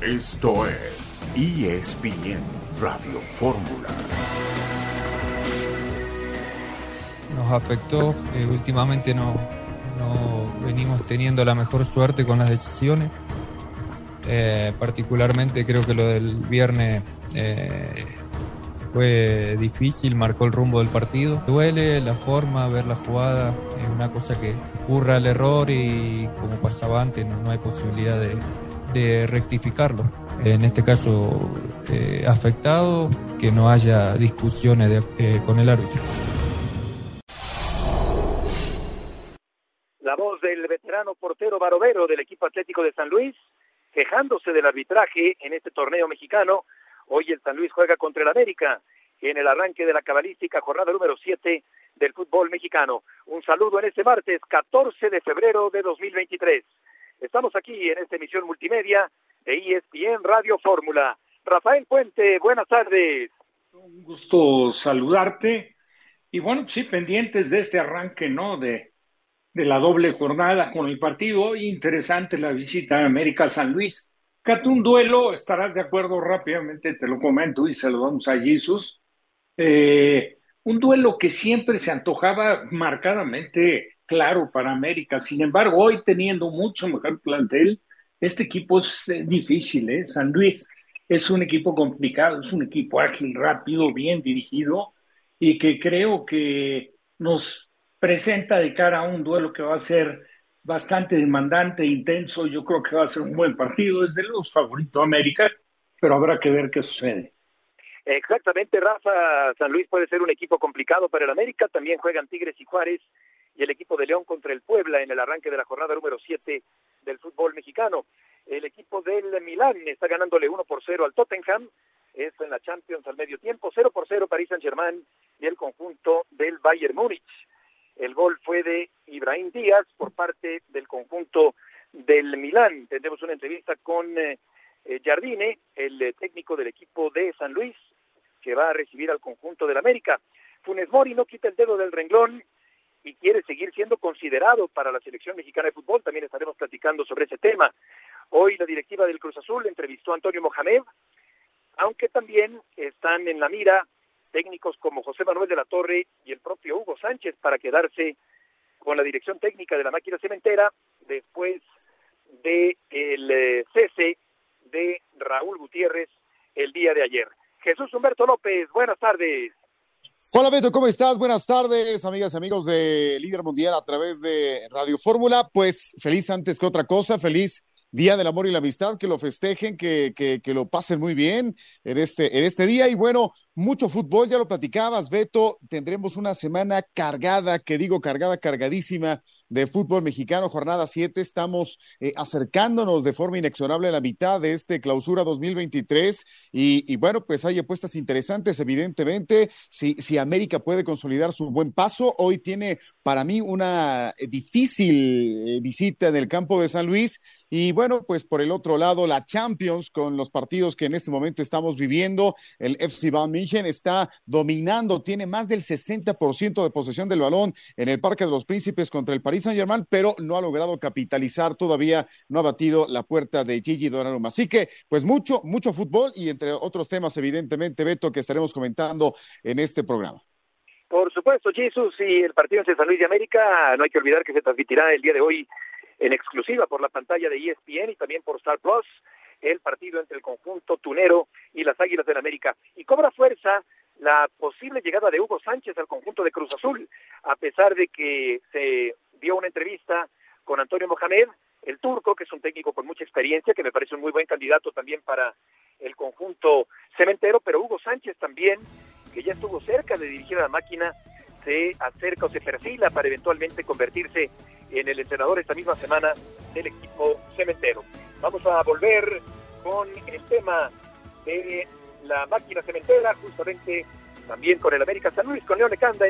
Esto es ESPN Radio Fórmula. Nos afectó, últimamente no venimos teniendo la mejor suerte con las decisiones. Particularmente creo que lo del viernes fue difícil, marcó el rumbo del partido. Duele la forma, ver la jugada, es una cosa que ocurra el error y como pasaba antes no hay posibilidad de rectificarlo. En este caso afectado, que no haya discusiones con el árbitro. La voz del veterano portero Barovero del equipo Atlético de San Luis, quejándose del arbitraje en este torneo mexicano. Hoy el San Luis juega contra el América en el arranque de la cabalística jornada número 7 del fútbol mexicano. Un saludo en este martes 14 de febrero de 2023. Estamos aquí en esta emisión multimedia de ESPN Radio Fórmula. Rafael Puente, buenas tardes. Un gusto saludarte. Y bueno, sí, pendientes de este arranque, ¿no? De la doble jornada con el partido. Interesante la visita de América a San Luis. Cate, un duelo, estarás de acuerdo rápidamente, te lo comento y se lo damos a Jesús. Un duelo que siempre se antojaba marcadamente claro para América. Sin embargo, hoy teniendo mucho mejor plantel, este equipo es difícil, ¿eh? San Luis es un equipo complicado, es un equipo ágil, rápido, bien dirigido y que creo que nos presenta de cara a un duelo que va a ser bastante demandante, intenso. Yo creo que va a ser un buen partido, es de los favoritos América, pero habrá que ver qué sucede. Exactamente, Rafa. San Luis puede ser un equipo complicado para el América. También juegan Tigres y Juárez y el equipo de León contra el Puebla en el arranque de la jornada número 7 del fútbol mexicano. El equipo del Milán está ganándole 1-0 al Tottenham. Es en la Champions al medio tiempo. 0-0 Paris Saint-Germain y el conjunto del Bayern Múnich. El gol fue de Ibrahim Díaz por parte del conjunto del Milán. Tendremos una entrevista con Jardine, el técnico del equipo de San Luis, que va a recibir al conjunto del América. Funes Mori no quita el dedo del renglón y quiere seguir siendo considerado para la selección mexicana de fútbol. También estaremos platicando sobre ese tema. Hoy la directiva del Cruz Azul entrevistó a Antonio Mohamed, aunque también están en la mira técnicos como José Manuel de la Torre y el propio Hugo Sánchez para quedarse con la dirección técnica de la máquina cementera después del cese de Raúl Gutiérrez el día de ayer. Jesús Humberto López, buenas tardes. Hola Beto, ¿cómo estás? Buenas tardes, amigas y amigos de Líder Mundial a través de Radio Fórmula. Pues feliz antes que otra cosa, feliz Día del Amor y la Amistad, que lo festejen, que lo pasen muy bien en este día. Y bueno, mucho fútbol, ya lo platicabas, Beto, tendremos una semana cargada, cargadísima de fútbol mexicano, jornada 7, estamos acercándonos de forma inexorable a la mitad de este clausura 2023 y bueno, pues hay apuestas interesantes, evidentemente, si América puede consolidar su buen paso, hoy tiene para mí una difícil visita en el campo de San Luis y bueno, pues por el otro lado la Champions con los partidos que en este momento estamos viviendo, el FC Bayern München está dominando, tiene más del 60% de posesión del balón en el Parque de los Príncipes contra el Paris Saint-Germain, pero no ha logrado capitalizar todavía, no ha batido la puerta de Gigi Donnarumma. Así que, pues mucho fútbol y entre otros temas, evidentemente, Beto, que estaremos comentando en este programa. Por supuesto, Jesús, y el partido entre San Luis y América, no hay que olvidar que se transmitirá el día de hoy en exclusiva por la pantalla de ESPN y también por Star Plus, el partido entre el conjunto tunero y las Águilas del América. Y cobra fuerza la posible llegada de Hugo Sánchez al conjunto de Cruz Azul, a pesar de que se dio una entrevista con Antonio Mohamed, el turco, que es un técnico con mucha experiencia, que me parece un muy buen candidato también para el conjunto cementero, pero Hugo Sánchez también, que ya estuvo cerca de dirigir a la máquina, se acerca o se perfila para eventualmente convertirse en el entrenador esta misma semana del equipo cementero. Vamos a volver con el tema de la máquina cementera, justamente también con el América San Luis, con León Lecanda,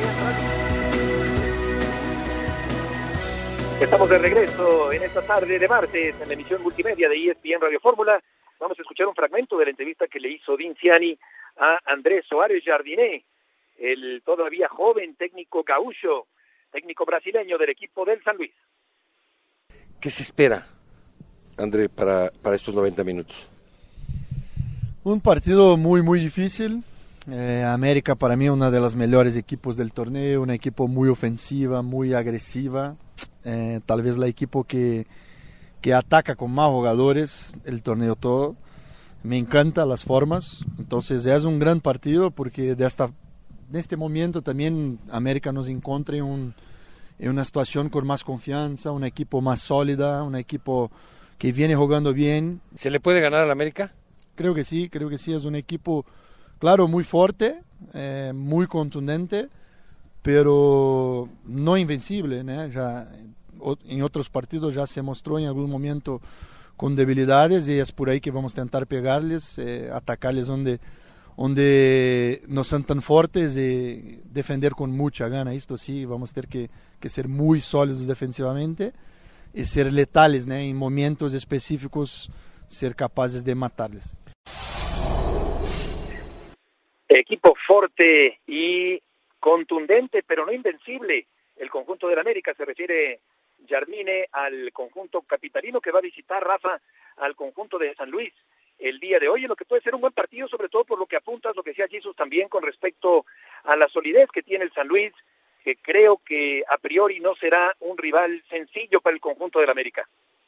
Estamos de regreso en esta tarde de martes en la emisión multimedia de ESPN Radio Fórmula. Vamos a escuchar un fragmento de la entrevista que le hizo Dean Ciani a Andrés Soares Jardiné, el todavía joven técnico gaúcho, técnico brasileño del equipo del San Luis. ¿Qué se espera André, para estos 90 minutos? Un partido muy, muy difícil. América para mí una de las mejores equipos del torneo, un equipo muy ofensiva, muy agresiva. Tal vez la equipo que ataca con más jugadores el torneo todo. Me encantan las formas, entonces es un gran partido porque en este momento también América nos encuentra en una situación con más confianza, un equipo más sólida, un equipo que viene jugando bien. ¿Se le puede ganar al América? Creo que sí, es un equipo, claro, muy fuerte, muy contundente, pero no invencible, ¿no? Ya en otros partidos ya se mostró en algún momento con debilidades y es por ahí que vamos a intentar pegarles, atacarles donde no son tan fuertes y defender con mucha gana. Esto sí, vamos a tener que ser muy sólidos defensivamente y ser letales, ¿no? En momentos específicos, ser capaces de matarles. Equipo fuerte y contundente, pero no invencible. El conjunto del América, se refiere Jardine al conjunto capitalino que va a visitar, Rafa, al conjunto de San Luis el día de hoy, en lo que puede ser un buen partido, sobre todo por lo que apuntas, lo que decía Jesús también con respecto a la solidez que tiene el San Luis, que creo que a priori no será un rival sencillo para el conjunto del América.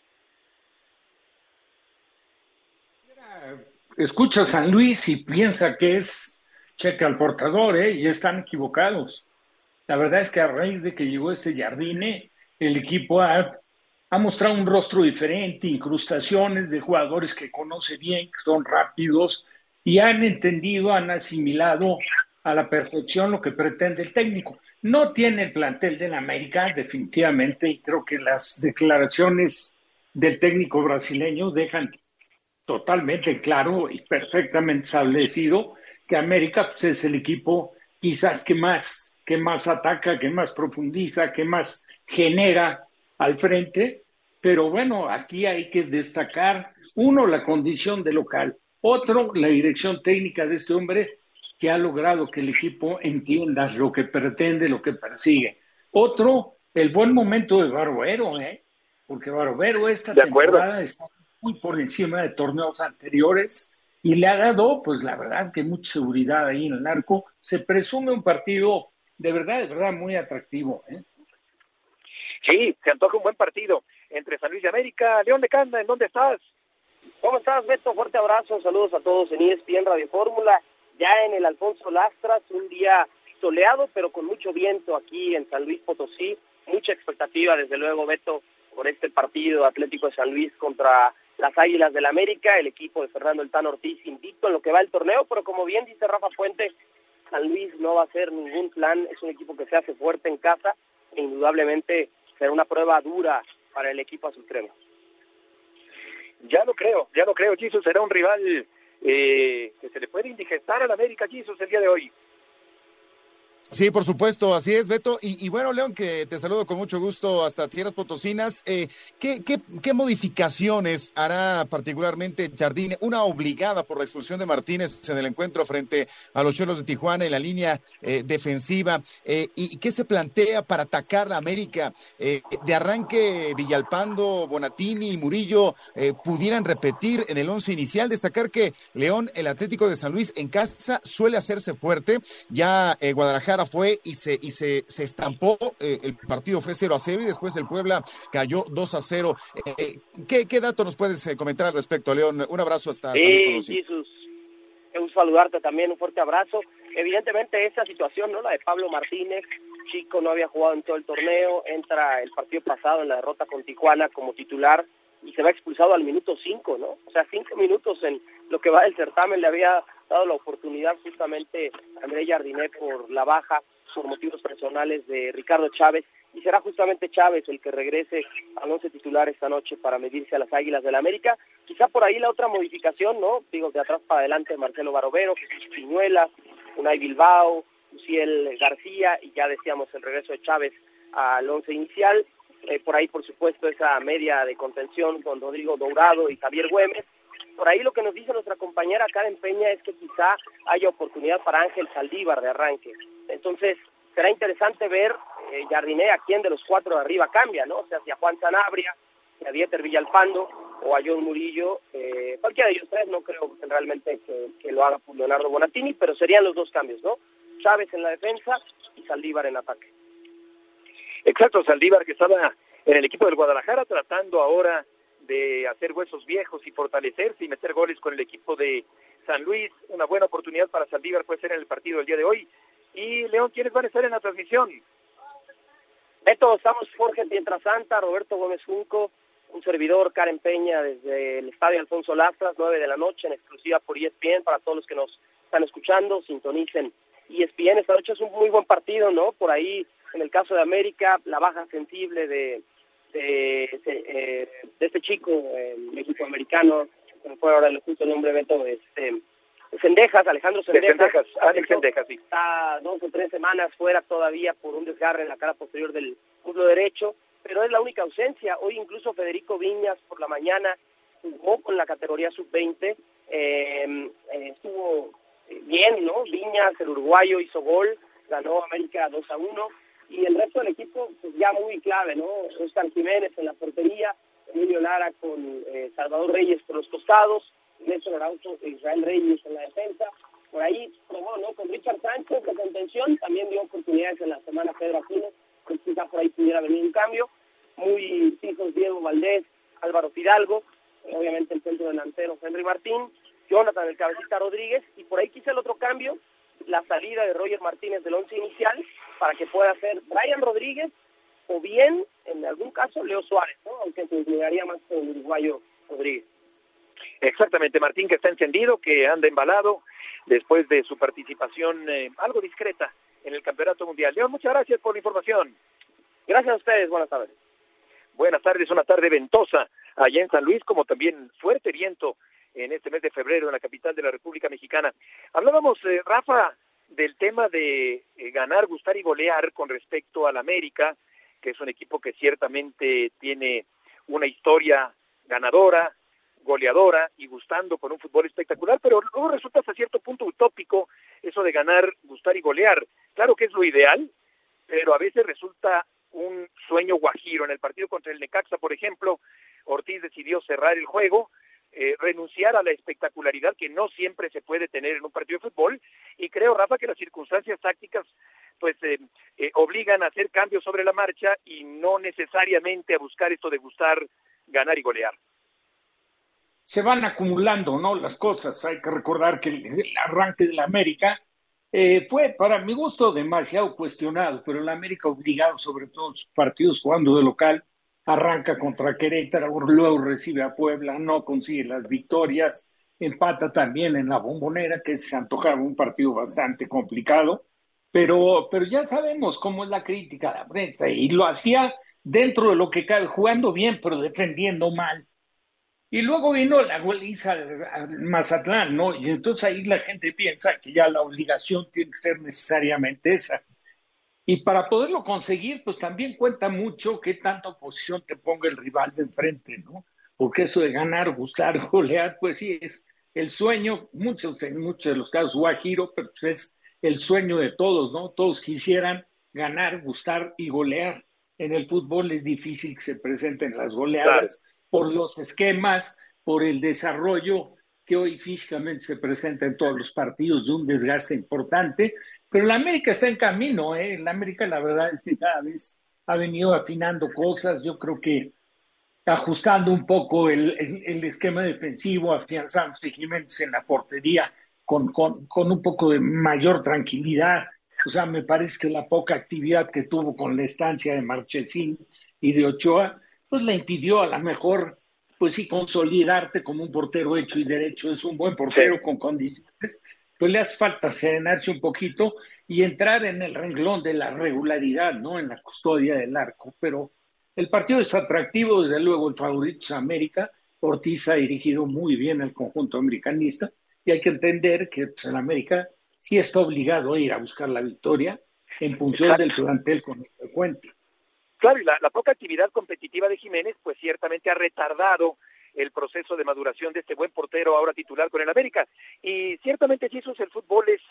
Escucha a San Luis y piensa que es cheque al portador, y están equivocados. La verdad es que a raíz de que llegó este Jardine, el equipo ha mostrado un rostro diferente, incrustaciones de jugadores que conoce bien, que son rápidos y han entendido, han asimilado a la perfección lo que pretende el técnico. No tiene el plantel del América, definitivamente, y creo que las declaraciones del técnico brasileño dejan totalmente claro y perfectamente establecido que América pues, es el equipo quizás que más ataca, que más profundiza, que más genera al frente, pero bueno, aquí hay que destacar, uno, la condición de local, otro, la dirección técnica de este hombre que ha logrado que el equipo entienda lo que pretende, lo que persigue. Otro, el buen momento de Barovero, porque Barovero esta temporada está muy por encima de torneos anteriores y le ha dado, pues la verdad, que mucha seguridad ahí en el arco. Se presume un partido de verdad muy atractivo. Sí, se antoja un buen partido entre San Luis y América. León de Canda, ¿en dónde estás? ¿Cómo estás, Beto? Fuerte abrazo, saludos a todos en ESPN Radio Fórmula, ya en el Alfonso Lastras, un día soleado, pero con mucho viento aquí en San Luis Potosí, mucha expectativa, desde luego, Beto, por este partido Atlético de San Luis contra las Águilas del América, el equipo de Fernando El Tan Ortiz invicto en lo que va el torneo, pero como bien dice Rafa Puente, San Luis no va a hacer ningún plan, es un equipo que se hace fuerte en casa, e indudablemente será una prueba dura para el equipo azulcrema. Ya lo creo, Jesús, será un rival que se le puede indigestar al América, Jesús, el día de hoy. Sí, por supuesto, así es, Beto. Y bueno, León, que te saludo con mucho gusto hasta tierras potosinas. ¿Qué modificaciones hará particularmente Jardine? Una obligada por la expulsión de Martínez en el encuentro frente a los Cholos de Tijuana en la línea defensiva. ¿Y qué se plantea para atacar a América? De arranque, Villalpando, Bonatini y Murillo pudieran repetir en el once inicial. Destacar que León, el Atlético de San Luis en casa, suele hacerse fuerte. Ya Guadalajara fue y se estampó, el partido fue 0-0 y después el Puebla cayó 2-0. ¿Qué dato nos puedes comentar al respecto, León? Un abrazo hasta San Luis Potosí. Jesús, quiero saludarte también, un fuerte abrazo. Evidentemente esa situación, ¿no? La de Pablo Martínez, chico, no había jugado en todo el torneo, entra el partido pasado en la derrota con Tijuana como titular y se va expulsado al minuto 5, ¿no? O sea, 5 minutos en lo que va del certamen le había dado la oportunidad justamente a André Jardine por la baja, por motivos personales de Ricardo Chávez, y será justamente Chávez el que regrese al once titular esta noche para medirse a las Águilas del América. Quizá por ahí la otra modificación, ¿no? Digo, de atrás para adelante, Marcelo Barovero, Jesús Piñuelas, Unai Bilbao, Uciel García, y ya decíamos el regreso de Chávez al once inicial. Por ahí, por supuesto, esa media de contención con Rodrigo Dourado y Javier Güemes. Por ahí lo que nos dice nuestra compañera Karen Peña es que quizá haya oportunidad para Ángel Saldívar de arranque. Entonces, será interesante ver Jardine a quién de los cuatro de arriba cambia, ¿no? O sea, si a Juan Sanabria, si a Dieter Villalpando, o a John Murillo, cualquiera de ellos tres, no creo realmente que lo haga por Leonardo Bonatini, pero serían los dos cambios, ¿no? Chávez en la defensa y Saldívar en ataque. Exacto, Saldívar, que estaba en el equipo del Guadalajara tratando ahora de hacer huesos viejos y fortalecerse y meter goles con el equipo de San Luis. Una buena oportunidad para Saldívar puede ser en el partido del día de hoy. Y León, ¿quiénes van a estar en la transmisión? Beto, estamos Jorge Pietrasanta, Roberto Gómez Junco, un servidor, Karen Peña, desde el Estadio Alfonso Lastras, 9 de la noche, en exclusiva por ESPN, para todos los que nos están escuchando, sintonicen ESPN. Esta noche es un muy buen partido, ¿no? Por ahí, en el caso de América, la baja sensible de este chico mexicoamericano, que me fue ahora justo el nombre, Beto, Cendejas, Alejandro Cendejas. Alex Cendejas, sí. Está 2 o 3 semanas fuera todavía por un desgarre en la cara posterior del muslo derecho, pero es la única ausencia. Hoy incluso Federico Viñas por la mañana jugó con la categoría sub-20, estuvo bien, ¿no? Viñas, el uruguayo, hizo gol, ganó América 2-1, y el resto del equipo pues ya muy clave, ¿no? Oscar Jiménez en la portería, Emilio Lara con Salvador Reyes por los costados, Néstor Araujo e Israel Reyes en la defensa. Por ahí probó, ¿no? Con Richard Sánchez de contención, también dio oportunidades en la semana Pedro Aquino, pues quizá por ahí pudiera venir un cambio. Muy fijos Diego Valdés, Álvaro Fidalgo, obviamente el centro delantero Henry Martín, Jonathan el Cabecita Rodríguez, y por ahí quizá el otro cambio, la salida de Roger Martínez del once inicial, para que pueda ser Brian Rodríguez, o bien, en algún caso, Leo Suárez, ¿no? Aunque se inclinaría más con el uruguayo Rodríguez. Exactamente, Martín, que está encendido, que anda embalado después de su participación algo discreta en el Campeonato Mundial. León, muchas gracias por la información. Gracias a ustedes, buenas tardes. Buenas tardes, una tarde ventosa allá en San Luis, como también fuerte viento en este mes de febrero en la capital de la República Mexicana. Hablábamos, Rafa, del tema de ganar, gustar y golear con respecto al América, que es un equipo que ciertamente tiene una historia ganadora, goleadora y gustando con un fútbol espectacular, pero luego resulta hasta cierto punto utópico eso de ganar, gustar y golear. Claro que es lo ideal, pero a veces resulta un sueño guajiro. En el partido contra el Necaxa, por ejemplo, Ortiz decidió cerrar el juego, renunciar a la espectacularidad que no siempre se puede tener en un partido de fútbol, y creo, Rafa, que las circunstancias tácticas pues obligan a hacer cambios sobre la marcha y no necesariamente a buscar esto de gustar, ganar y golear. Se van acumulando, ¿no? Las cosas. Hay que recordar que el arranque de la América fue, para mi gusto, demasiado cuestionado, pero la América obligado, sobre todo en sus partidos jugando de local, arranca contra Querétaro, luego recibe a Puebla, no consigue las victorias, empata también en la Bombonera, que se antojaba un partido bastante complicado, pero ya sabemos cómo es la crítica a la prensa, y lo hacía dentro de lo que cabe, jugando bien, pero defendiendo mal. Y luego vino la goliza al Mazatlán, ¿no? Y entonces ahí la gente piensa que ya la obligación tiene que ser necesariamente esa. Y para poderlo conseguir, pues también cuenta mucho qué tanta oposición te ponga el rival de enfrente, ¿no? Porque eso de ganar, gustar, golear, pues sí, es el sueño, en muchos de los casos guajiro, pero pues es el sueño de todos, ¿no? Todos quisieran ganar, gustar y golear. En el fútbol es difícil que se presenten las goleadas, claro, por los esquemas, por el desarrollo que hoy físicamente se presenta en todos los partidos, de un desgaste importante. Pero la América está en camino, ¿eh? La América, la verdad es que cada vez ha venido afinando cosas. Yo creo que ajustando un poco el esquema defensivo, afianzándose Jiménez en la portería con un poco de mayor tranquilidad. O sea, me parece que la poca actividad que tuvo con la estancia de Marchesín y de Ochoa, pues le impidió a lo mejor, pues sí, consolidarte como un portero hecho y derecho. Es un buen portero, sí, con condiciones, pues le hace falta serenarse un poquito y entrar en el renglón de la regularidad, ¿no? En la custodia del arco. Pero el partido es atractivo, desde luego el favorito es América. Ortiz ha dirigido muy bien el conjunto americanista y hay que entender que pues, el América sí está obligado a ir a buscar la victoria en función del plantel con el que cuenta. Claro, y la poca actividad competitiva de Jiménez, pues ciertamente ha retardado el proceso de maduración de este buen portero ahora titular con el América. Y ciertamente sí, eso es el fútbol, es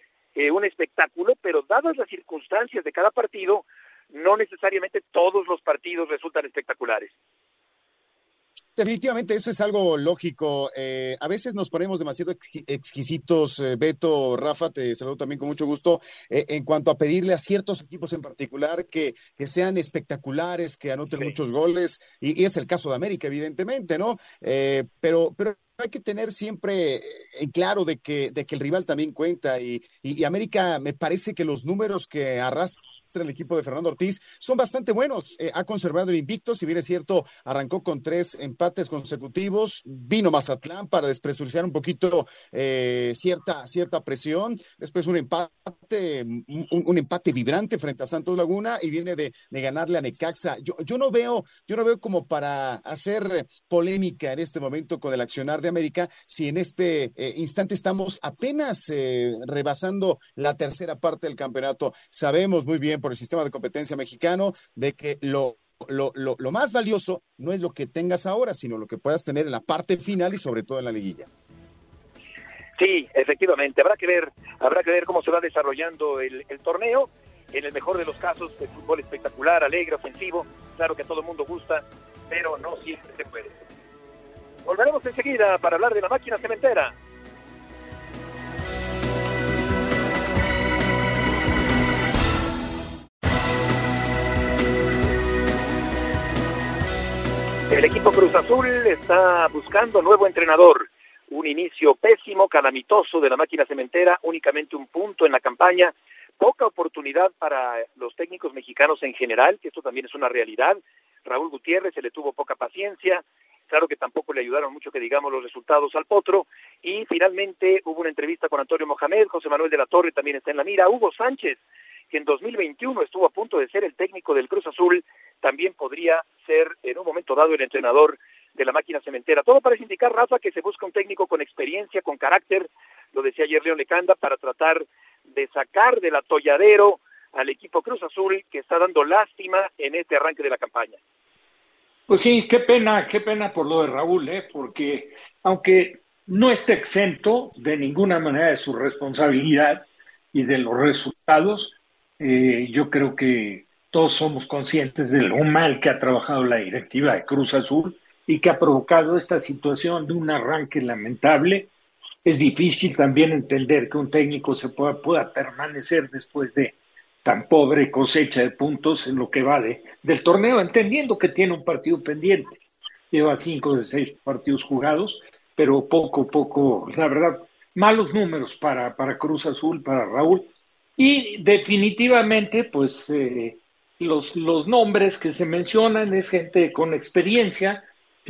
un espectáculo, pero dadas las circunstancias de cada partido, no necesariamente todos los partidos resultan espectaculares. definitivamente eso es algo lógico. A veces nos ponemos demasiado exquisitos, Beto, Rafa, te saludo también con mucho gusto, en cuanto a pedirle a ciertos equipos en particular que sean espectaculares, que anoten muchos goles, y es el caso de América, evidentemente, ¿no? Pero hay que tener siempre en claro de que el rival también cuenta, y América, me parece que los números que arrastra el equipo de Fernando Ortiz son bastante buenos. Ha conservado el invicto, si bien es cierto, arrancó con 3 empates consecutivos, vino Mazatlán para despresurizar un poquito cierta presión, después un empate vibrante frente a Santos Laguna, y viene de ganarle a Necaxa. Yo no veo como para hacer polémica en este momento con el accionar de América, si en este instante estamos apenas rebasando la tercera parte del campeonato. Sabemos muy bien por el sistema de competencia mexicano de que lo más valioso no es lo que tengas ahora, sino lo que puedas tener en la parte final y sobre todo en la liguilla. Sí, efectivamente, habrá que ver cómo se va desarrollando el torneo. En el mejor de los casos, el fútbol espectacular, alegre, ofensivo, claro que a todo el mundo gusta, pero no siempre se puede. Volveremos enseguida para hablar de la máquina cementera. El equipo Cruz Azul está buscando nuevo entrenador. Un inicio pésimo, calamitoso de la máquina cementera, únicamente un punto en la campaña, poca oportunidad para los técnicos mexicanos en general, que esto también es una realidad. Raúl Gutiérrez se le tuvo poca paciencia, claro que tampoco le ayudaron mucho, que digamos, los resultados al Potro, y finalmente hubo una entrevista con Antonio Mohamed. José Manuel de la Torre también está en la mira. Hugo Sánchez, que en 2021 estuvo a punto de ser el técnico del Cruz Azul, también podría ser en un momento dado el entrenador de la máquina cementera. Todo parece indicar, Rafa, que se busca un técnico con experiencia, con carácter, lo decía ayer León Lecanda, para tratar de sacar del atolladero al equipo Cruz Azul, que está dando lástima en este arranque de la campaña. Pues sí, qué pena por lo de Raúl, porque aunque no está exento de ninguna manera de su responsabilidad y de los resultados, yo creo que todos somos conscientes de lo mal que ha trabajado la directiva de Cruz Azul y que ha provocado esta situación de un arranque lamentable. Es difícil también entender que un técnico pueda permanecer después de tan pobre cosecha de puntos en lo que va del torneo, entendiendo que tiene un partido pendiente. Lleva 5 de 6 partidos jugados, pero poco, la verdad, malos números para Cruz Azul, para Raúl. Y definitivamente, pues, los nombres que se mencionan es gente con experiencia,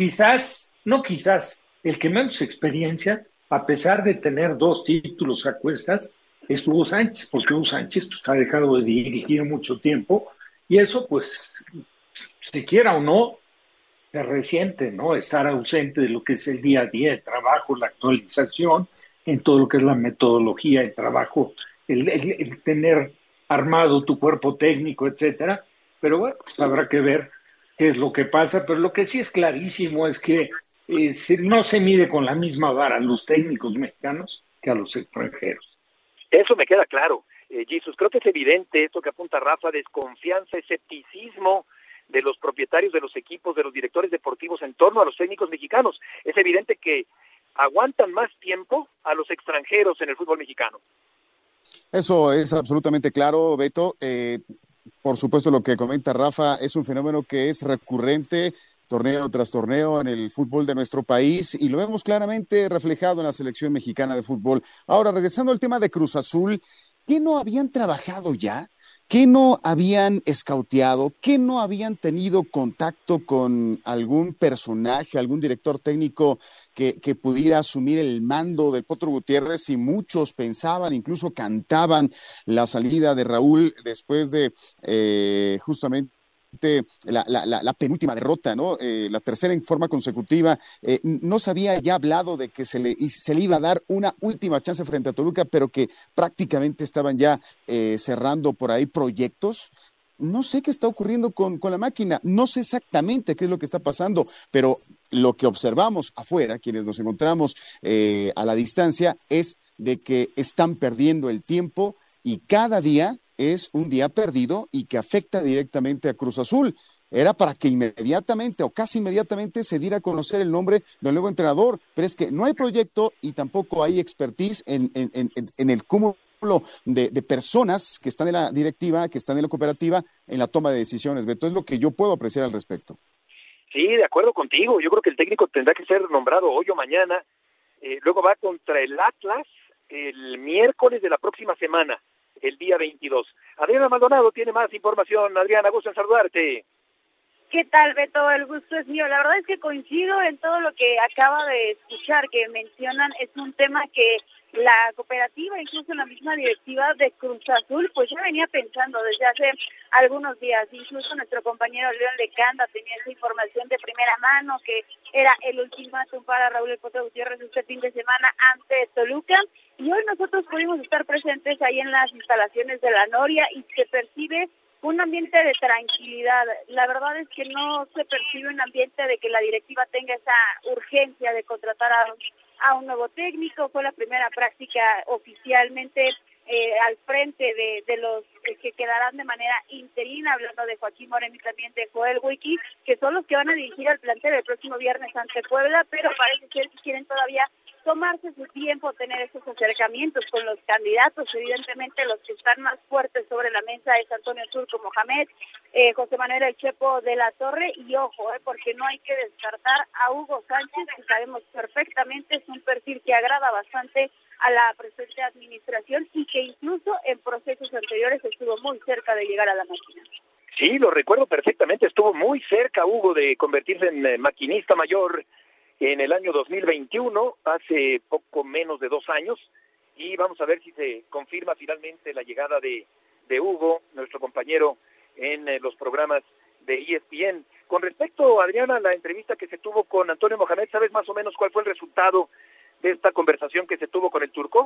el que menos experiencia, a pesar de tener 2 títulos a cuestas, es Hugo Sánchez, porque Hugo Sánchez pues, ha dejado de dirigir mucho tiempo, y eso, pues, si quiera o no, se resiente, ¿no? Estar ausente de lo que es el día a día, el trabajo, la actualización, en todo lo que es la metodología, el trabajo, el tener armado tu cuerpo técnico, etcétera. Pero bueno, pues habrá que ver qué es lo que pasa, pero lo que sí es clarísimo es que no se mide con la misma vara a los técnicos mexicanos que a los extranjeros. Eso me queda claro, Jesús. Creo que es evidente esto que apunta Rafa: desconfianza, escepticismo de los propietarios de los equipos, de los directores deportivos en torno a los técnicos mexicanos. Es evidente que aguantan más tiempo a los extranjeros en el fútbol mexicano. Eso es absolutamente claro, Beto. Por supuesto, lo que comenta Rafa es un fenómeno que es recurrente, torneo tras torneo, en el fútbol de nuestro país, y lo vemos claramente reflejado en la selección mexicana de fútbol. Ahora, regresando al tema de Cruz Azul, ¿qué no habían trabajado ya? ¿Qué no habían escauteado? ¿Qué no habían tenido contacto con algún personaje, algún director técnico que pudiera asumir el mando del Potro Gutiérrez? Y muchos pensaban, incluso cantaban la salida de Raúl después de justamente la penúltima derrota, ¿no? La tercera en forma consecutiva. No se había ya hablado de que se le iba a dar una última chance frente a Toluca, pero que prácticamente estaban ya cerrando por ahí proyectos. No sé qué está ocurriendo con la máquina, no sé exactamente qué es lo que está pasando, pero lo que observamos afuera, quienes nos encontramos a la distancia, es de que están perdiendo el tiempo, y cada día es un día perdido y que afecta directamente a Cruz Azul. era para que inmediatamente o casi inmediatamente se diera a conocer el nombre del nuevo entrenador, pero es que no hay proyecto y tampoco hay expertise en el cúmulo de personas que están en la directiva, que están en la cooperativa, en la toma de decisiones. Beto, es lo que yo puedo apreciar al respecto. Sí, de acuerdo contigo. Yo creo que el técnico tendrá que ser nombrado hoy o mañana. Luego va contra el Atlas el miércoles de la próxima semana, el día 22. Adriana Maldonado tiene más información. Adriana, gusto en saludarte. ¿Qué tal, Beto? El gusto es mío. La verdad es que coincido en todo lo que acaba de escuchar, que mencionan. Es un tema que la cooperativa, incluso la misma directiva de Cruz Azul, pues ya venía pensando desde hace algunos días. Incluso nuestro compañero León Lecanda tenía esa información de primera mano, que era el ultimátum para Raúl El Potro Gutiérrez este fin de semana ante Toluca. Y hoy nosotros pudimos estar presentes ahí en las instalaciones de la Noria y se percibe un ambiente de tranquilidad. La verdad es que no se percibe un ambiente de que la directiva tenga esa urgencia de contratar a un nuevo técnico. Fue la primera práctica oficialmente al frente de los que quedarán de manera interina, hablando de Joaquín Moreno y también de Joel Wiki, que son los que van a dirigir al plantel el próximo viernes ante Puebla, pero parece ser que quieren todavía tomarse su tiempo, tener esos acercamientos con los candidatos. Evidentemente los que están más fuertes sobre la mesa es Antonio Turco Mohamed, José Manuel El Chepo de la Torre, y ojo, porque no hay que descartar a Hugo Sánchez, que sabemos perfectamente es un perfil que agrada bastante a la presente administración y que incluso en procesos anteriores estuvo muy cerca de llegar a la máquina. Sí, lo recuerdo perfectamente, estuvo muy cerca Hugo de convertirse en maquinista mayor en el año 2021, hace poco menos de 2 años, y vamos a ver si se confirma finalmente la llegada de Hugo, nuestro compañero en los programas de ESPN. Con respecto, Adriana, a la entrevista que se tuvo con Antonio Mohamed, ¿sabes más o menos cuál fue el resultado de esta conversación que se tuvo con el turco?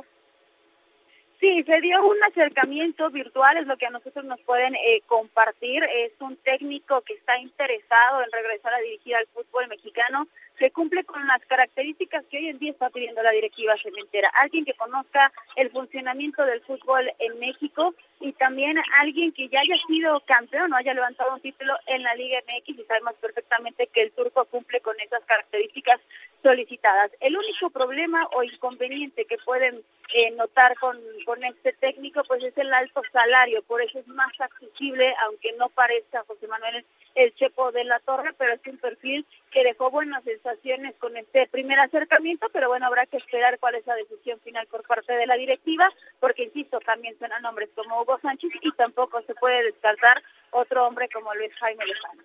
Sí, se dio un acercamiento virtual, es lo que a nosotros nos pueden compartir. Es un técnico que está interesado en regresar a dirigir al fútbol mexicano, que cumple con las características que hoy en día está pidiendo la directiva cementera. Alguien que conozca el funcionamiento del fútbol en México y también alguien que ya haya sido campeón o haya levantado un título en la Liga MX, y sabemos perfectamente que el turco cumple con esas características solicitadas. El único problema o inconveniente que pueden notar con este técnico pues es el alto salario, por eso es más accesible, aunque no parezca José Manuel El Chepo de la Torre, pero es un perfil que dejó buenas sensaciones con este primer acercamiento, pero bueno, habrá que esperar cuál es la decisión final por parte de la directiva, porque insisto, también suenan nombres como Hugo Sánchez y tampoco se puede descartar otro hombre como Luis Jaime Lozano.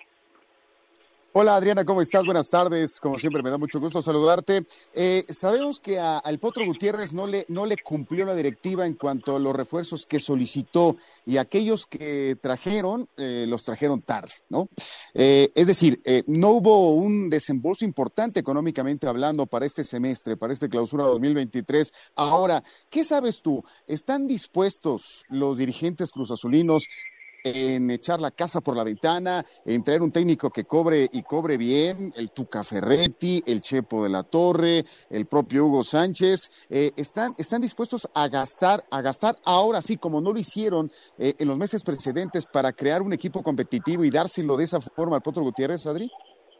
Hola Adriana, ¿cómo estás? Buenas tardes, como siempre me da mucho gusto saludarte. Sabemos que al Potro Gutiérrez no le cumplió la directiva en cuanto a los refuerzos que solicitó, y aquellos que trajeron, los trajeron tarde, ¿no? Es decir, no hubo un desembolso importante económicamente hablando para este semestre, para este clausura 2023. Ahora, ¿qué sabes tú? ¿Están dispuestos los dirigentes cruzazulinos en echar la casa por la ventana, en traer un técnico que cobre y cobre bien? El Tuca Ferretti, el Chepo de la Torre, el propio Hugo Sánchez, están dispuestos a gastar ahora sí, como no lo hicieron en los meses precedentes, para crear un equipo competitivo y dárselo de esa forma al Potro Gutiérrez, Adri?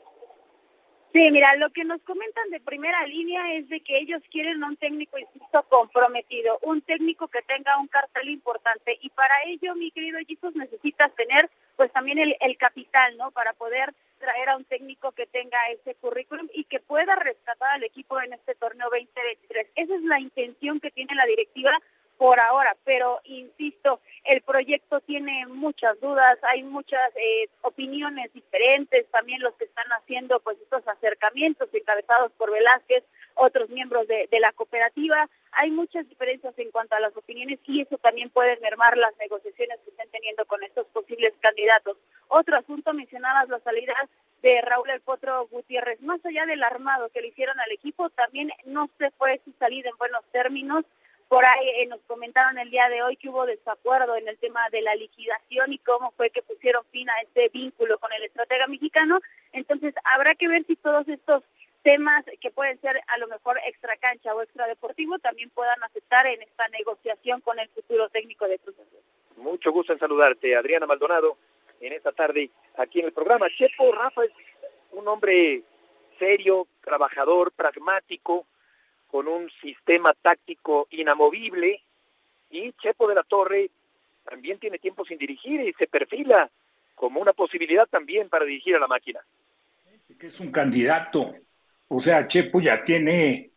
Sí, mira, lo que nos comentan de primera línea es de que ellos quieren un técnico, insisto, comprometido, un técnico que tenga un cartel importante, y para ello, mi querido Jesus, necesitas tener pues también el capital, ¿no?, para poder traer a un técnico que tenga ese currículum y que pueda rescatar al equipo en este torneo 2023. Esa es la intención que tiene la directiva por ahora, pero insisto, el proyecto tiene muchas dudas, hay muchas opiniones diferentes, también los que están haciendo pues estos acercamientos encabezados por Velázquez, otros miembros de la cooperativa, hay muchas diferencias en cuanto a las opiniones, y eso también puede mermar las negociaciones que estén teniendo con estos posibles candidatos. Otro asunto, mencionabas la salida de Raúl El Potro Gutiérrez. Más allá del armado que le hicieron al equipo, también no se fue su salida en buenos términos. Por ahí nos comentaron el día de hoy que hubo desacuerdo en el tema de la liquidación y cómo fue que pusieron fin a este vínculo con el estratega mexicano. Entonces habrá que ver si todos estos temas que pueden ser a lo mejor extra cancha o extra deportivo también puedan aceptar en esta negociación con el futuro técnico de Cruz Azul. Mucho gusto en saludarte, Adriana Maldonado, en esta tarde aquí en el programa. Chepo, Rafa es un hombre serio, trabajador, pragmático, con un sistema táctico inamovible, y Chepo de la Torre también tiene tiempo sin dirigir y se perfila como una posibilidad también para dirigir a la máquina. Que es un candidato, o sea, Chepo ya tiene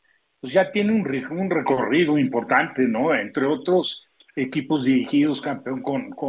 un recorrido importante, ¿no? Entre otros equipos dirigidos, campeón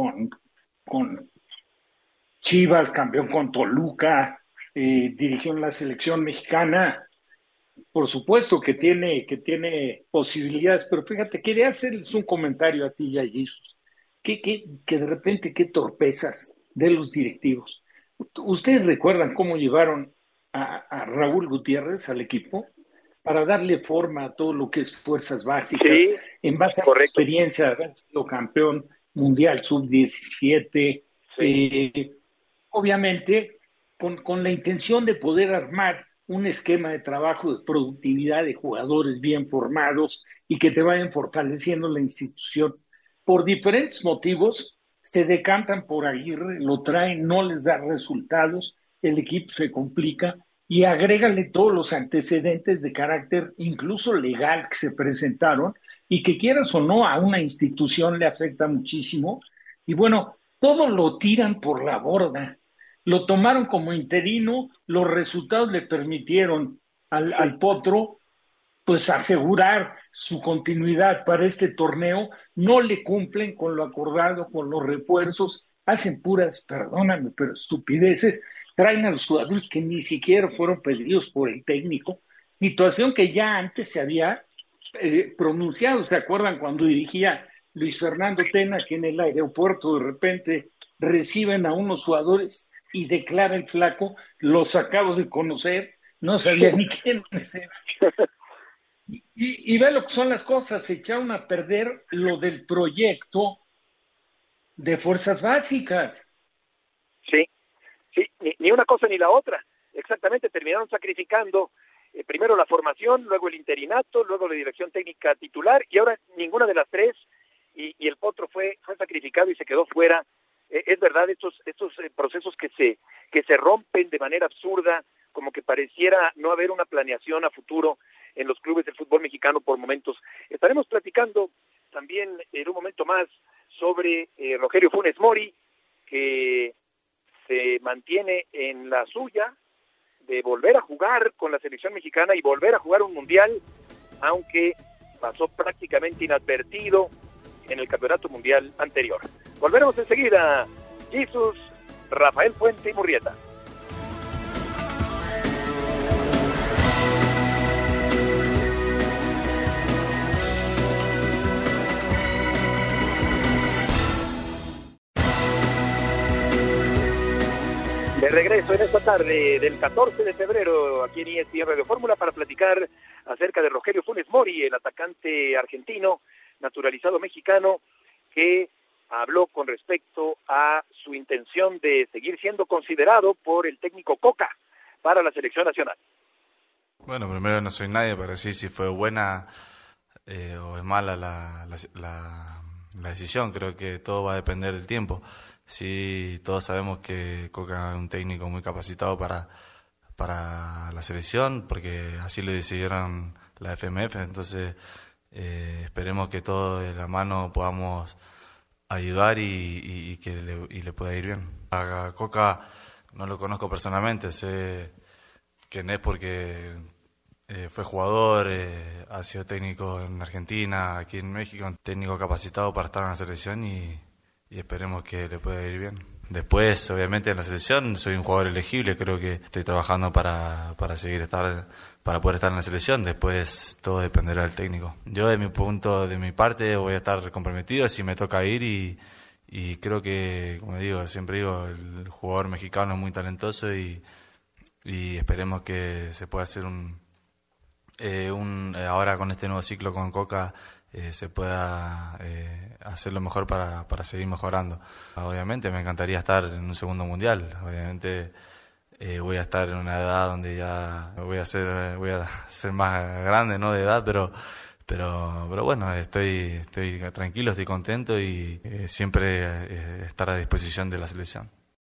con Chivas, campeón con Toluca, dirigió en la selección mexicana. Por supuesto que tiene posibilidades, pero fíjate, quería hacerles un comentario a ti y a Jesus, que de repente qué torpezas de los directivos. ¿Ustedes recuerdan cómo llevaron a Raúl Gutiérrez al equipo para darle forma a todo lo que es fuerzas básicas, sí, en base a correcto. la experiencia de haber sido campeón mundial sub-17, sí. Obviamente con la intención de poder armar un esquema de trabajo de productividad de jugadores bien formados y que te vayan fortaleciendo la institución? Por diferentes motivos se decantan por Aguirre, lo traen, no les da resultados, el equipo se complica, y agrégale todos los antecedentes de carácter incluso legal que se presentaron y que, quieras o no, a una institución le afecta muchísimo. Y bueno, todo lo tiran por la borda. Lo tomaron como interino, los resultados le permitieron al Potro pues asegurar su continuidad para este torneo. No le cumplen con lo acordado, con los refuerzos, hacen puras, perdóname, pero estupideces, traen a los jugadores que ni siquiera fueron pedidos por el técnico, situación que ya antes se había pronunciado. ¿Se acuerdan cuando dirigía Luis Fernando Tena, que en el aeropuerto de repente reciben a unos jugadores y declara el flaco, los acabo de conocer, no sabía ni quiénes eran? Y ve lo que son las cosas, se echaron a perder lo del proyecto de fuerzas básicas. Sí, ni una cosa ni la otra. Exactamente, terminaron sacrificando primero la formación, luego el interinato, luego la dirección técnica titular, y ahora ninguna de las tres, y el Potro fue sacrificado y se quedó fuera. Es verdad, estos procesos que se rompen de manera absurda, como que pareciera no haber una planeación a futuro en los clubes del fútbol mexicano por momentos. Estaremos platicando también en un momento más sobre Rogelio Funes Mori, que se mantiene en la suya de volver a jugar con la selección mexicana y volver a jugar un mundial, aunque pasó prácticamente inadvertido en el campeonato mundial anterior. Volveremos enseguida. Jesus, Rafael Puente y Murrieta. De regreso en esta tarde del 14 de febrero aquí en ESPN Radio Fórmula para platicar acerca de Rogelio Funes Mori, el atacante argentino naturalizado mexicano, que habló con respecto a su intención de seguir siendo considerado por el técnico Coca para la selección nacional. Bueno, primero no soy nadie para decir si fue buena o es mala la decisión. Creo que todo va a depender del tiempo. Sí, todos sabemos que Coca es un técnico muy capacitado para la selección, porque así lo decidieron la FMF. Entonces esperemos que todos de la mano podamos ayudar y que le pueda ir bien. A Coca no lo conozco personalmente, sé quién es porque fue jugador, ha sido técnico en Argentina, aquí en México, un técnico capacitado para estar en la selección y esperemos que le pueda ir bien. Después, obviamente, en la selección soy un jugador elegible, creo que estoy trabajando para poder estar en la selección. Después todo dependerá del técnico. Yo de mi parte voy a estar comprometido si me toca ir y creo que, como siempre digo, el jugador mexicano es muy talentoso y esperemos que se pueda hacer ahora con este nuevo ciclo con Coca se pueda hacer lo mejor para seguir mejorando. Obviamente me encantaría estar en un segundo mundial. Obviamente voy a estar en una edad donde ya voy a ser más grande, no de edad, pero bueno, estoy tranquilo, estoy contento y siempre estar a disposición de la selección.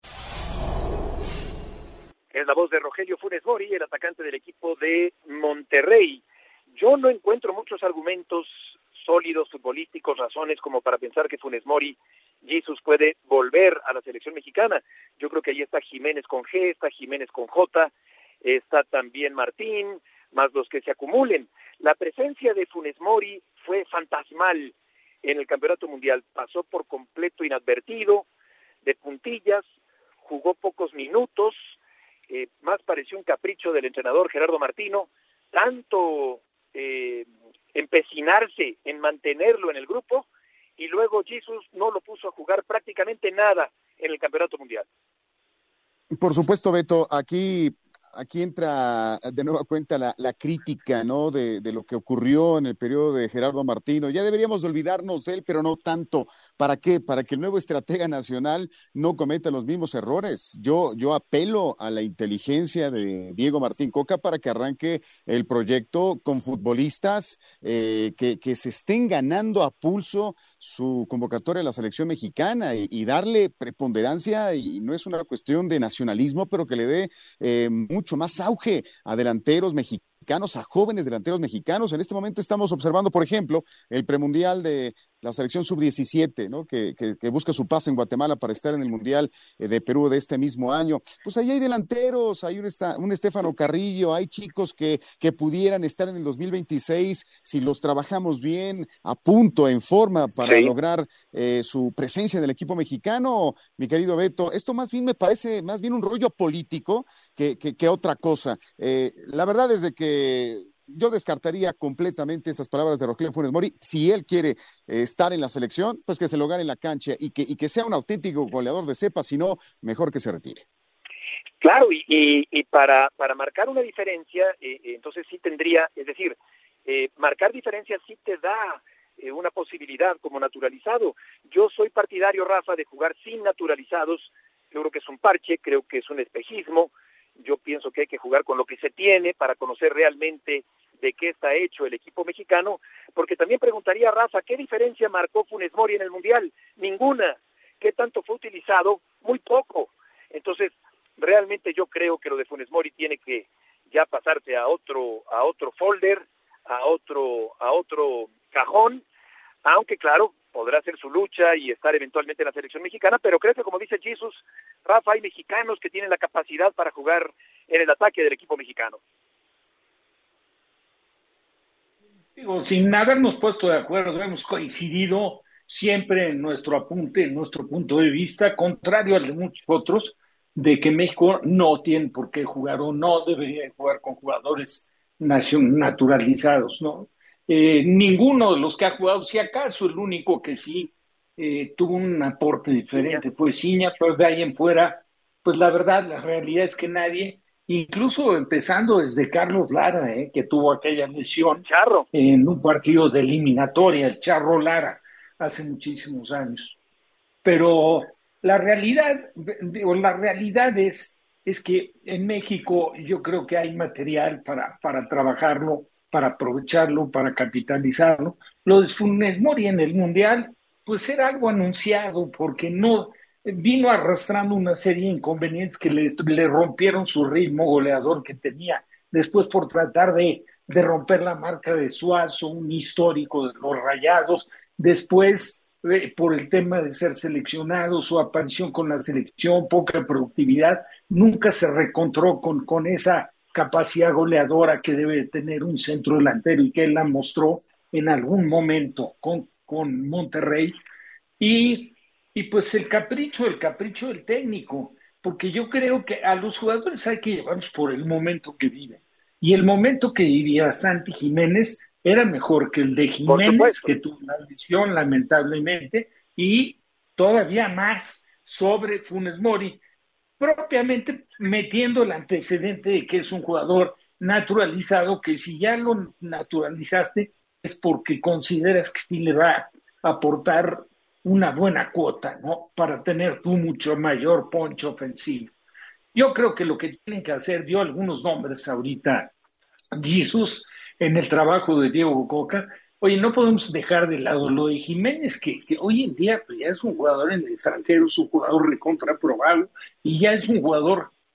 la voz de Rogelio Funes Mori, el atacante del equipo de Monterrey. Yo no encuentro muchos argumentos sólidos, futbolísticos, razones como para pensar que Funes Mori, Jesus, puede volver a la selección mexicana. Yo creo que ahí está Jiménez con G, está Jiménez con J, está también Martín, más los que se acumulen. La presencia de Funes Mori fue fantasmal en el Campeonato Mundial, pasó por completo inadvertido, de puntillas, jugó pocos minutos, más pareció un capricho del entrenador Gerardo Martino, tanto empecinarse en mantenerlo en el grupo, y luego Jesus no lo puso a jugar prácticamente nada en el Campeonato Mundial. Por supuesto, Beto, aquí entra de nueva cuenta la crítica, ¿no? De lo que ocurrió en el periodo de Gerardo Martino. Ya deberíamos de olvidarnos de él, pero no tanto. ¿Para qué? Para que el nuevo estratega nacional no cometa los mismos errores. Yo apelo a la inteligencia de Diego Martín Coca para que arranque el proyecto con futbolistas que se estén ganando a pulso su convocatoria a la selección mexicana y darle preponderancia, y no es una cuestión de nacionalismo, pero que le dé mucho más auge a delanteros mexicanos, a jóvenes delanteros mexicanos. En este momento estamos observando, por ejemplo, el premundial de la selección sub-17, ¿no? Que busca su pase en Guatemala para estar en el Mundial de Perú de este mismo año. Pues ahí hay delanteros, hay un Estefano Carrillo, hay chicos que pudieran estar en el 2026 si los trabajamos bien, a punto, en forma, para lograr su presencia en el equipo mexicano. Mi querido Beto, esto más bien me parece más bien un rollo político que otra cosa. La verdad es de que yo descartaría completamente esas palabras de Rogelio Funes Mori. Si él quiere estar en la selección, pues que se lo gane en la cancha y que sea un auténtico goleador de cepa, si no, mejor que se retire. Claro, y para marcar una diferencia, entonces sí tendría, es decir, marcar diferencia sí te da una posibilidad como naturalizado. Yo soy partidario, Rafa, de jugar sin naturalizados. Yo creo que es un parche, creo que es un espejismo. Yo pienso que hay que jugar con lo que se tiene para conocer realmente de qué está hecho el equipo mexicano, porque también preguntaría, Rafa, ¿qué diferencia marcó Funes Mori en el Mundial? Ninguna. ¿Qué tanto fue utilizado? Muy poco. Entonces, realmente yo creo que lo de Funes Mori tiene que ya pasarse a otro folder, a otro cajón, aunque claro, podrá hacer su lucha y estar eventualmente en la selección mexicana, pero creo que, como dice Jesus, Rafa, hay mexicanos que tienen la capacidad para jugar en el ataque del equipo mexicano. Digo, sin habernos puesto de acuerdo, hemos coincidido siempre en nuestro apunte, en nuestro punto de vista, contrario al de muchos otros, de que México no tiene por qué jugar o no debería jugar con jugadores naturalizados, ¿no? Ninguno de los que ha jugado, si acaso el único que sí tuvo un aporte diferente fue Ciña, pero de ahí en fuera, pues la verdad, la realidad es que nadie, incluso empezando desde Carlos Lara, que tuvo aquella lesión en un partido de eliminatoria, el Charro Lara, hace muchísimos años. Pero la realidad es que en México yo creo que hay material para trabajarlo, para aprovecharlo, para capitalizarlo. Lo de Funes Mori en el Mundial, pues era algo anunciado, porque no vino arrastrando una serie de inconvenientes que le rompieron su ritmo goleador que tenía. Después, por tratar de romper la marca de Suazo, un histórico de los Rayados. Después, por el tema de ser seleccionado, su aparición con la selección, poca productividad, nunca se reencontró con esa capacidad goleadora que debe tener un centro delantero y que él la mostró en algún momento con Monterrey. Y pues el capricho del técnico, porque yo creo que a los jugadores hay que llevarlos por el momento que viven. Y el momento que vivía Santi Jiménez era mejor que el de Jiménez, que tuvo una lesión lamentablemente, y todavía más sobre Funes Mori, propiamente metiendo el antecedente de que es un jugador naturalizado, que si ya lo naturalizaste es porque consideras que sí le va a aportar una buena cuota, ¿no? Para tener tú mucho mayor poncho ofensivo. Yo creo que lo que tienen que hacer, dio algunos nombres ahorita, Jesus, en el trabajo de Diego Coca. Oye, no podemos dejar de lado lo de Jiménez, que hoy en día pues, ya es un jugador en el extranjero, es un jugador recontraprobado y ya es un jugador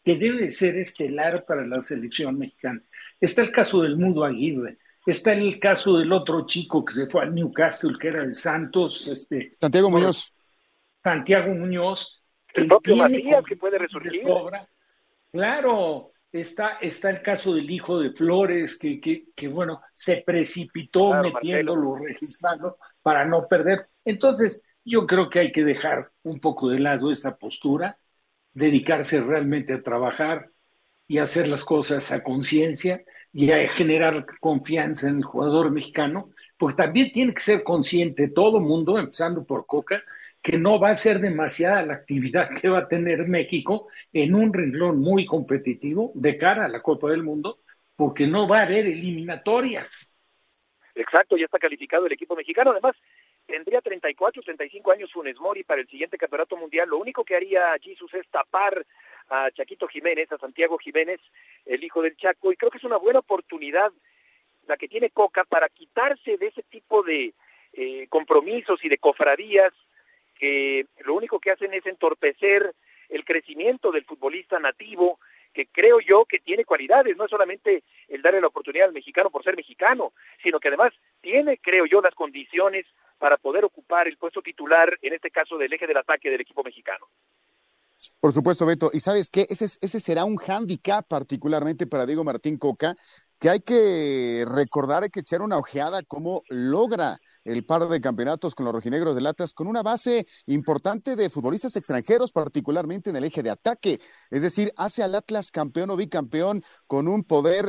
que debe ser estelar para la selección mexicana. Está el caso del Mudo Aguirre, está el caso del otro chico que se fue al Newcastle, que era el Santos, Santiago Muñoz. Santiago Muñoz. El propio Matías, que puede resurgir. Claro, está el caso del hijo de Flores, que bueno, se precipitó metiéndolo, registrando, para no perder. Entonces, yo creo que hay que dejar un poco de lado esa postura, dedicarse realmente a trabajar y hacer las cosas a conciencia y a generar confianza en el jugador mexicano, porque también tiene que ser consciente todo el mundo, empezando por Coca, que no va a ser demasiada la actividad que va a tener México en un renglón muy competitivo de cara a la Copa del Mundo, porque no va a haber eliminatorias. Exacto, ya está calificado el equipo mexicano. Además, tendría 34, 35 años Funes Mori para el siguiente campeonato mundial. Lo único que haría Jesús es tapar a Chaquito Jiménez, a Santiago Jiménez, el hijo del Chaco, y creo que es una buena oportunidad la que tiene Coca para quitarse de ese tipo de compromisos y de cofradías que lo único que hacen es entorpecer el crecimiento del futbolista nativo, que creo yo que tiene cualidades, no es solamente el darle la oportunidad al mexicano por ser mexicano, sino que además tiene, creo yo, las condiciones para poder ocupar el puesto titular, en este caso del eje del ataque del equipo mexicano. Por supuesto, Beto. ¿Y sabes qué? Ese será un hándicap particularmente para Diego Martín Coca, que hay que recordar, hay que echar una ojeada cómo logra el par de campeonatos con los rojinegros del Atlas, con una base importante de futbolistas extranjeros, particularmente en el eje de ataque. Es decir, hace al Atlas campeón o bicampeón con un poder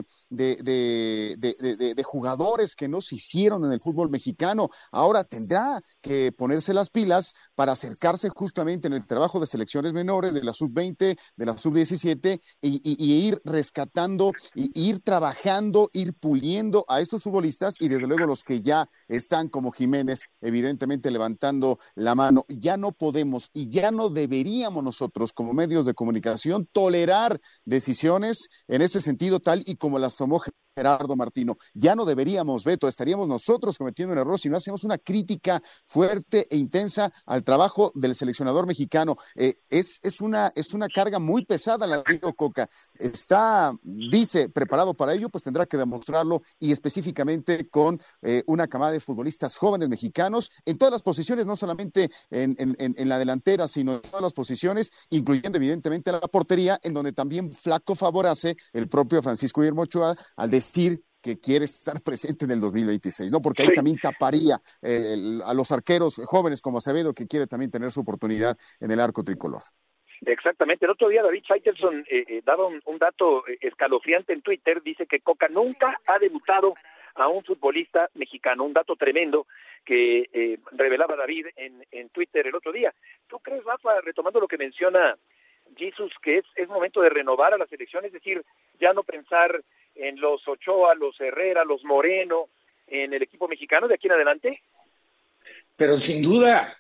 de jugadores que no se hicieron en el fútbol mexicano. Ahora tendrá que ponerse las pilas para acercarse justamente en el trabajo de selecciones menores, de la sub-20, de la sub-17, y ir rescatando, y ir trabajando, ir puliendo a estos futbolistas, y desde luego los que ya están como Jiménez, evidentemente levantando la mano. Ya no podemos y ya no deberíamos nosotros como medios de comunicación tolerar decisiones en ese sentido tal y como las tomó Gerardo Martino. Ya no deberíamos, Beto, estaríamos nosotros cometiendo un error si no hacemos una crítica fuerte e intensa al trabajo del seleccionador mexicano. Es una carga muy pesada la Diego Coca. Dice, preparado para ello, pues tendrá que demostrarlo, y específicamente con una camada de futbolistas jóvenes mexicanos en todas las posiciones, no solamente en la delantera, sino en todas las posiciones, incluyendo evidentemente la portería, en donde también flaco favor hace el propio Francisco Guillermo Ochoa al decir que quiere estar presente en el 2026, ¿no? Porque ahí también taparía a los arqueros jóvenes como Acevedo, que quiere también tener su oportunidad en el arco tricolor. Exactamente. El otro día David Faitelson daba un dato escalofriante en Twitter. Dice que Coca nunca ha debutado a un futbolista mexicano. Un dato tremendo que revelaba David en Twitter el otro día. ¿Tú crees, Rafa, retomando lo que menciona Jesús, que es momento de renovar a la selección? Es decir, ya no pensar en los Ochoa, los Herrera, los Moreno, en el equipo mexicano de aquí en adelante. Pero sin duda,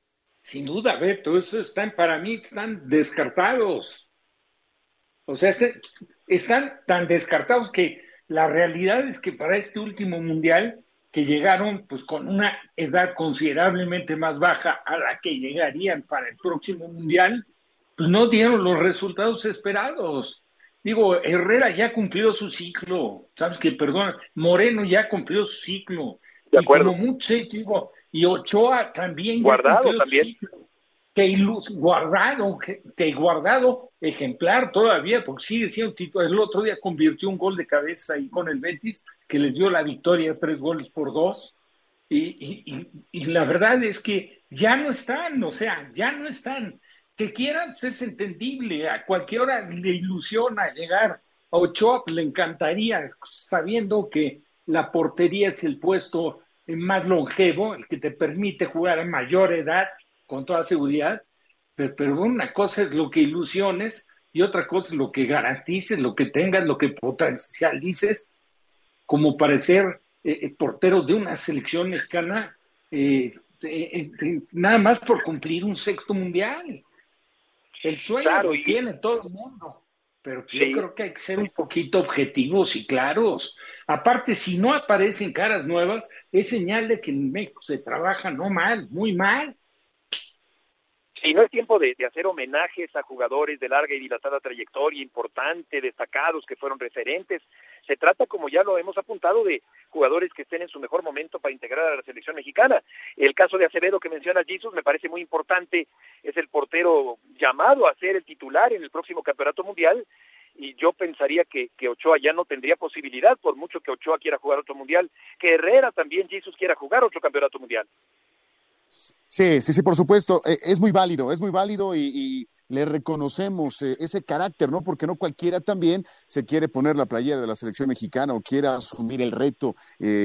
Beto, para mí están descartados. O sea, están tan descartados que la realidad es que para este último mundial, que llegaron pues con una edad considerablemente más baja a la que llegarían para el próximo mundial, pues no dieron los resultados esperados. Digo, Herrera ya cumplió su ciclo, ¿sabes qué? Perdón, Moreno ya cumplió su ciclo. De acuerdo. Y como mucho, digo, y Ochoa también Guardado ya cumplió también. su ciclo. Guardado ejemplar todavía, porque sigue siendo titular. El otro día convirtió un gol de cabeza ahí con el Betis, que les dio la victoria 3-2. Y la verdad es que ya no están, ya no están. Que quieran, pues es entendible, a cualquier hora le ilusiona llegar. A Ochoa le encantaría, sabiendo que la portería es el puesto más longevo, el que te permite jugar a mayor edad, con toda seguridad, pero una cosa es lo que ilusiones y otra cosa es lo que garantices, lo que tengas, lo que potencialices, como para ser portero de una selección mexicana, nada más por cumplir un sexto mundial. El sueño lo tiene todo el mundo, pero yo creo que hay que ser un poquito objetivos y claros. Aparte, si no aparecen caras nuevas, es señal de que en México se trabaja no mal, muy mal. Sí, no es tiempo de hacer homenajes a jugadores de larga y dilatada trayectoria, importante, destacados, que fueron referentes. Se trata, como ya lo hemos apuntado, de jugadores que estén en su mejor momento para integrar a la selección mexicana. El caso de Acevedo que menciona Jesus me parece muy importante, es el portero llamado a ser el titular en el próximo Campeonato Mundial, y yo pensaría que Ochoa ya no tendría posibilidad, por mucho que Ochoa quiera jugar otro Mundial, que Herrera también, Jesus, quiera jugar otro Campeonato Mundial. Sí, por supuesto, es muy válido y le reconocemos ese carácter, ¿no? Porque no cualquiera también se quiere poner la playera de la selección mexicana o quiera asumir el reto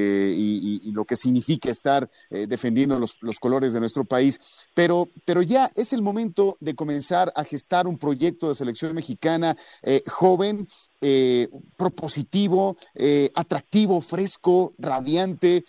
y lo que significa estar defendiendo los colores de nuestro país. Pero ya es el momento de comenzar a gestar un proyecto de selección mexicana joven, propositivo, atractivo, fresco, radiante.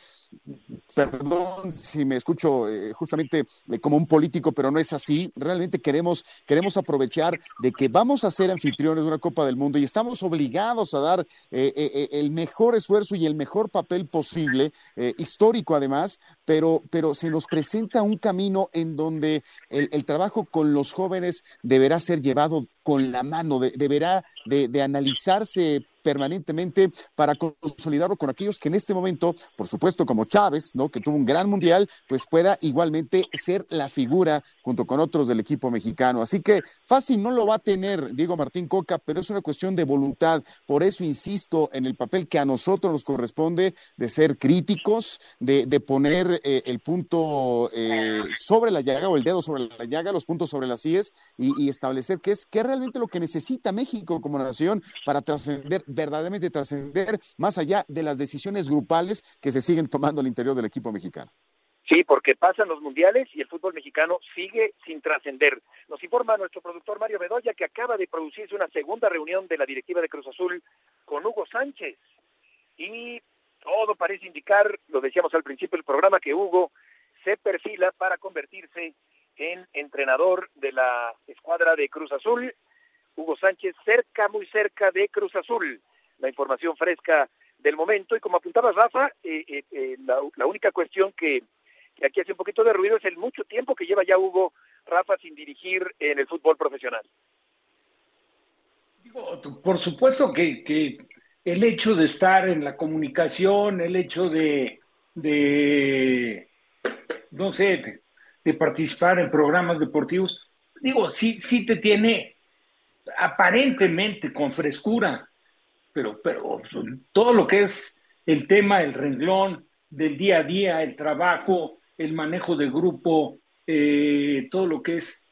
Perdón si me escucho justamente como un político, pero no es así. Realmente queremos aprovechar de que vamos a ser anfitriones de una Copa del Mundo y estamos obligados a dar el mejor esfuerzo y el mejor papel posible, histórico además, pero se nos presenta un camino en donde el trabajo con los jóvenes deberá ser llevado con la mano, deberá de analizarse permanentemente para consolidarlo con aquellos que en este momento, por supuesto como Chávez, ¿no?, que tuvo un gran mundial, pues pueda igualmente ser la figura junto con otros del equipo mexicano. Así que fácil no lo va a tener Diego Martín Coca, pero es una cuestión de voluntad. Por eso insisto en el papel que a nosotros nos corresponde de ser críticos, de poner el punto sobre la llaga o el dedo sobre la llaga, los puntos sobre las íes y establecer qué es realmente lo que necesita México como nación para verdaderamente trascender más allá de las decisiones grupales que se siguen tomando al interior del equipo mexicano. Sí, porque pasan los mundiales y el fútbol mexicano sigue sin trascender. Nos informa nuestro productor Mario Bedoya que acaba de producirse una segunda reunión de la directiva de Cruz Azul con Hugo Sánchez. Y todo parece indicar, lo decíamos al principio del programa, que Hugo se perfila para convertirse en entrenador de la escuadra de Cruz Azul. Hugo Sánchez muy cerca de Cruz Azul. La información fresca del momento. Y como apuntaba Rafa, la única cuestión que aquí hace un poquito de ruido es el mucho tiempo que lleva ya Hugo, Rafa, sin dirigir en el fútbol profesional. Por supuesto que el hecho de estar en la comunicación, el hecho de participar en programas deportivos, sí te tiene aparentemente con frescura, pero todo lo que es el tema, el renglón del día a día, el trabajo, el manejo de grupo, todo lo que es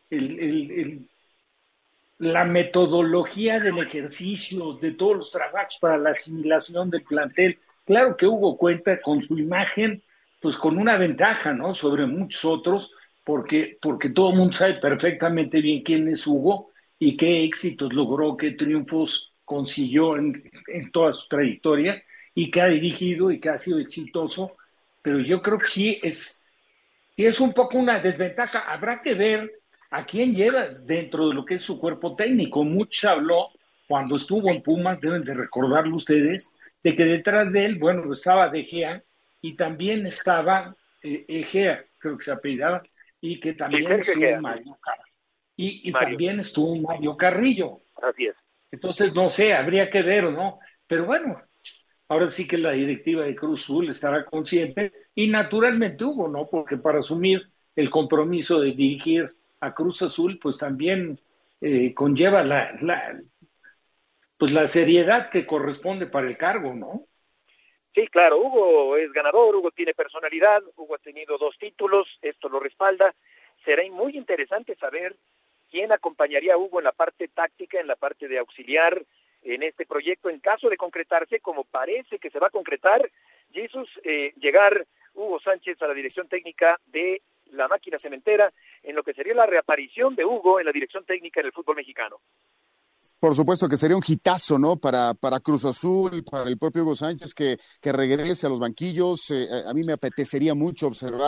la metodología del ejercicio, de todos los trabajos para la asimilación del plantel. Claro que Hugo cuenta con su imagen, pues con una ventaja, ¿no?, sobre muchos otros, porque todo el mundo sabe perfectamente bien quién es Hugo y qué éxitos logró, qué triunfos consiguió en toda su trayectoria y que ha dirigido y que ha sido exitoso. Pero yo creo que sí es un poco una desventaja. Habrá que ver a quién lleva dentro de lo que es su cuerpo técnico. Mucho habló cuando estuvo en Pumas, deben de recordarlo ustedes, de que detrás de él, estaba De Gea y también estaba Egea, creo que se apellidaba, y que también estuvo Mario Carrillo. Y también estuvo Mario Carrillo. Así es. Entonces, no sé, habría que ver, ¿no? Pero bueno, ahora sí que la directiva de Cruz Azul estará consciente y naturalmente Hugo, ¿no? Porque para asumir el compromiso de dirigir a Cruz Azul, pues también conlleva la seriedad que corresponde para el cargo, ¿no? Sí, claro, Hugo es ganador, Hugo tiene personalidad, Hugo ha tenido 2 títulos, esto lo respalda. Será muy interesante saber quién acompañaría a Hugo en la parte táctica, en la parte de auxiliar en este proyecto, en caso de concretarse, como parece que se va a concretar, Jesús, llegar Hugo Sánchez a la dirección técnica de la máquina cementera, en lo que sería la reaparición de Hugo en la dirección técnica en el fútbol mexicano. Por supuesto que sería un hitazo, ¿no?, para Cruz Azul, para el propio Hugo Sánchez, que regrese a los banquillos. A mí me apetecería mucho observar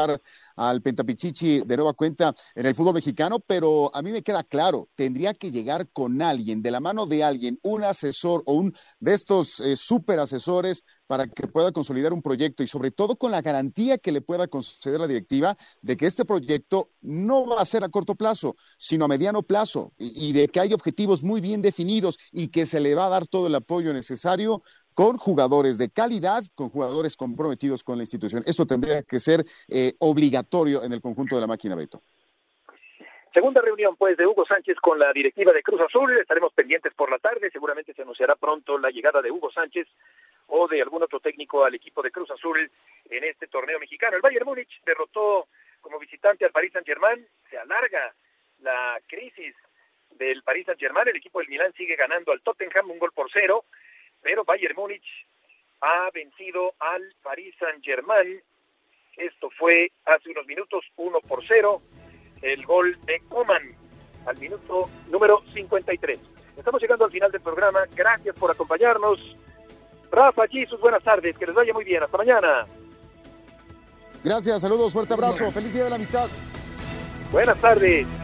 al Pentapichichi de nueva cuenta en el fútbol mexicano, pero a mí me queda claro, tendría que llegar con alguien, de la mano de alguien, un asesor o un de estos súper asesores para que pueda consolidar un proyecto y sobre todo con la garantía que le pueda conceder la directiva de que este proyecto no va a ser a corto plazo, sino a mediano plazo y de que hay objetivos muy bien definidos y que se le va a dar todo el apoyo necesario con jugadores de calidad, con jugadores comprometidos con la institución. Esto tendría que ser obligatorio en el conjunto de la máquina, Beto. Segunda reunión, pues, de Hugo Sánchez con la directiva de Cruz Azul. Estaremos pendientes por la tarde. Seguramente se anunciará pronto la llegada de Hugo Sánchez o de algún otro técnico al equipo de Cruz Azul en este torneo mexicano. El Bayern Múnich derrotó como visitante al Paris Saint-Germain. Se alarga la crisis del Paris Saint-Germain. El equipo del Milán sigue ganando al Tottenham 1-0, pero Bayern Múnich ha vencido al Paris Saint-Germain. Esto fue hace unos minutos, 1-0. El gol de Koeman al minuto número 53. Estamos llegando al final del programa. Gracias por acompañarnos. Rafa, Jesús, buenas tardes. Que les vaya muy bien. Hasta mañana. Gracias, saludos, fuerte abrazo. Feliz Día de la Amistad. Buenas tardes.